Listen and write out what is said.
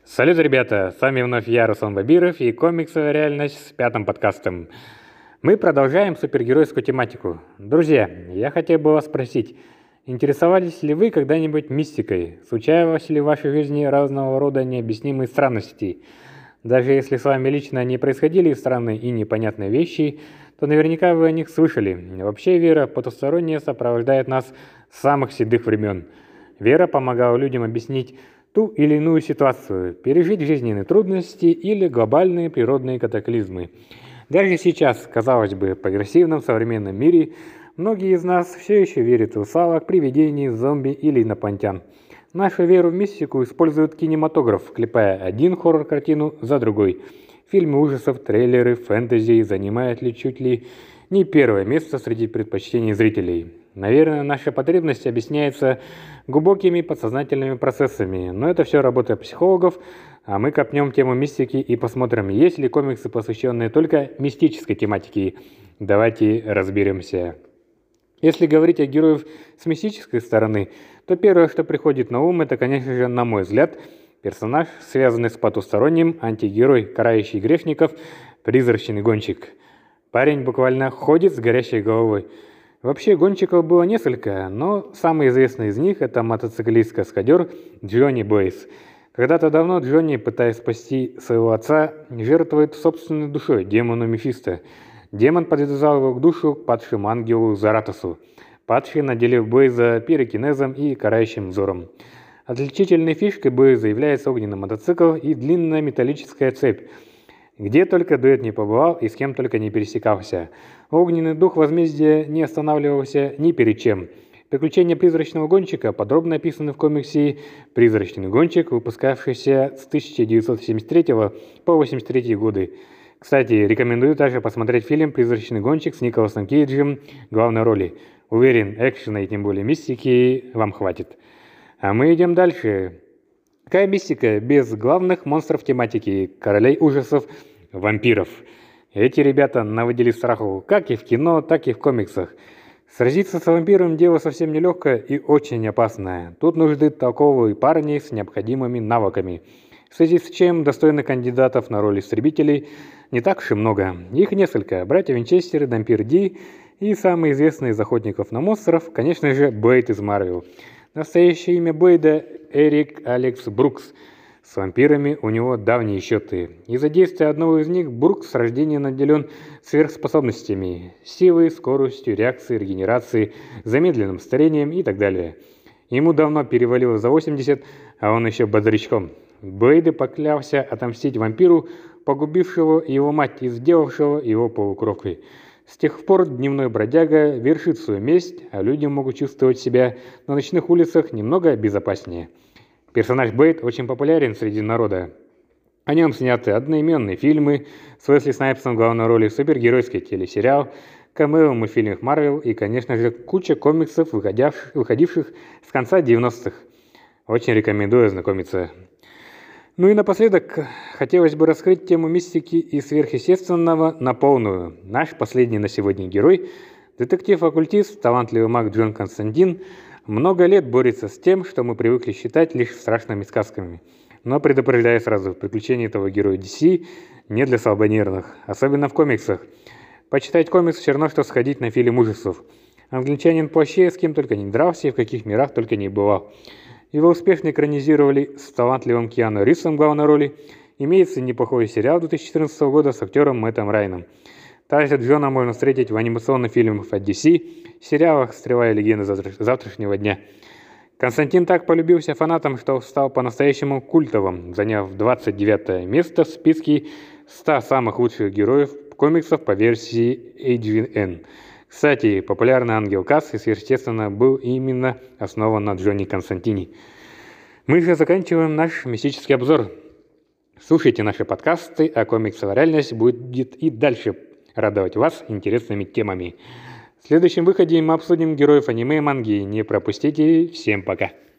Салют, ребята! С вами вновь я, Руслан Бабиров, и комиксовая реальность с пятым подкастом. Мы продолжаем супергеройскую тематику. Друзья, я хотел бы вас спросить, интересовались ли вы когда-нибудь мистикой? Случалось ли в вашей жизни разного рода необъяснимые странности? Даже если с вами лично не происходили странные и непонятные вещи, то наверняка вы о них слышали. Вообще вера в потустороннее сопровождает нас с самых седых времен. Вера помогала людям объяснить ту или иную ситуацию, пережить жизненные трудности или глобальные природные катаклизмы. Даже сейчас, казалось бы, в прогрессивном современном мире многие из нас все еще верят в русалок, привидений, зомби или инопланетян. Нашу веру в мистику использует кинематограф, клепая один хоррор-картину за другой. Фильмы ужасов, трейлеры, фэнтези занимают чуть ли не первое место среди предпочтений зрителей. Наверное, наша потребность объясняется глубокими подсознательными процессами, но это все работа психологов, а мы копнем тему мистики и посмотрим, есть ли комиксы, посвященные только мистической тематике. Давайте разберемся. Если говорить о героях с мистической стороны, то первое, что приходит на ум, это, конечно же, на мой взгляд, персонаж, связанный с потусторонним, антигерой, карающий грешников, призрачный гонщик. Парень буквально ходит с горящей головой. Вообще гонщиков было несколько, но самый известный из них – это мотоциклист-каскадер Джонни Блейз. Когда-то давно Джонни, пытаясь спасти своего отца, жертвует собственной душой демону Мефисто. Демон подвязал его к душу падшему ангелу Заратусу. Падший, наделив Блейза пирокинезом и карающим взором. Отличительной фишкой Блейза является огненный мотоцикл и длинная металлическая цепь. Где только дуэт не побывал и с кем только не пересекался. Огненный дух возмездия не останавливался ни перед чем. Приключения призрачного гонщика подробно описаны в комиксе «Призрачный гонщик», выпускавшийся с 1973 по 1983 годы. Кстати, рекомендую также посмотреть фильм «Призрачный гонщик» с Николасом Кейджем в главной роли. Уверен, экшена и тем более мистики вам хватит. А мы идем дальше. Какая мистика без главных монстров тематики, королей ужасов, вампиров? Эти ребята наводили страху как и в кино, так и в комиксах. Сразиться с вампиром дело совсем нелегкое и очень опасное. Тут нужны толковые парни с необходимыми навыками. В связи с чем достойных кандидатов на роль истребителей не так уж и много. Их несколько. Братья Винчестеры, Дампир Ди и самый известный из охотников на монстров, конечно же, Блейд из Марвел. Настоящее имя Блейда – Эрик Алекс Брукс. С вампирами у него давние счеты. Из-за действия одного из них Брукс с рождения наделен сверхспособностями – силой, скоростью, реакцией, регенерацией, замедленным старением и так далее. Ему давно перевалило за 80, а он еще бодрячком. Блейд поклялся отомстить вампиру, погубившего его мать и сделавшего его полукровкой. С тех пор дневной бродяга вершит свою месть, а люди могут чувствовать себя на ночных улицах немного безопаснее. Персонаж Блейд очень популярен среди народа. О нем сняты одноименные фильмы с Уэсли Снайпсом в главной роли, супергеройский телесериал, камео в мультфильмах Марвел и, конечно же, куча комиксов, выходивших с конца 90-х. Очень рекомендую ознакомиться. Ну и напоследок, хотелось бы раскрыть тему мистики и сверхъестественного на полную. Наш последний на сегодня герой, детектив-оккультист, талантливый маг Джон Константин, много лет борется с тем, что мы привыкли считать лишь страшными сказками. Но предупреждаю сразу, приключения этого героя DC не для слабонервных, особенно в комиксах. Почитать комикс все равно, что сходить на фильм ужасов. Англичанин в плаще с кем только не дрался и в каких мирах только не бывал. Его успешно экранизировали с талантливым Киану Ривзом в главной роли. Имеется неплохой сериал 2014 года с актером Мэттом Райаном. Также Джона можно встретить в анимационных фильмах от DC, сериалах «Стрела и легенда завтрашнего дня». Константин так полюбился фанатам, что стал по-настоящему культовым, заняв 29 место в списке 100 самых лучших героев комиксов по версии IGN. Кстати, популярный Ангел Касс и сверхъестественно был именно основан на Джонни Константине. Мы же заканчиваем наш мистический обзор. Слушайте наши подкасты, а комиксовая реальность будет и дальше радовать вас интересными темами. В следующем выходе мы обсудим героев аниме и манги. Не пропустите. Всем пока.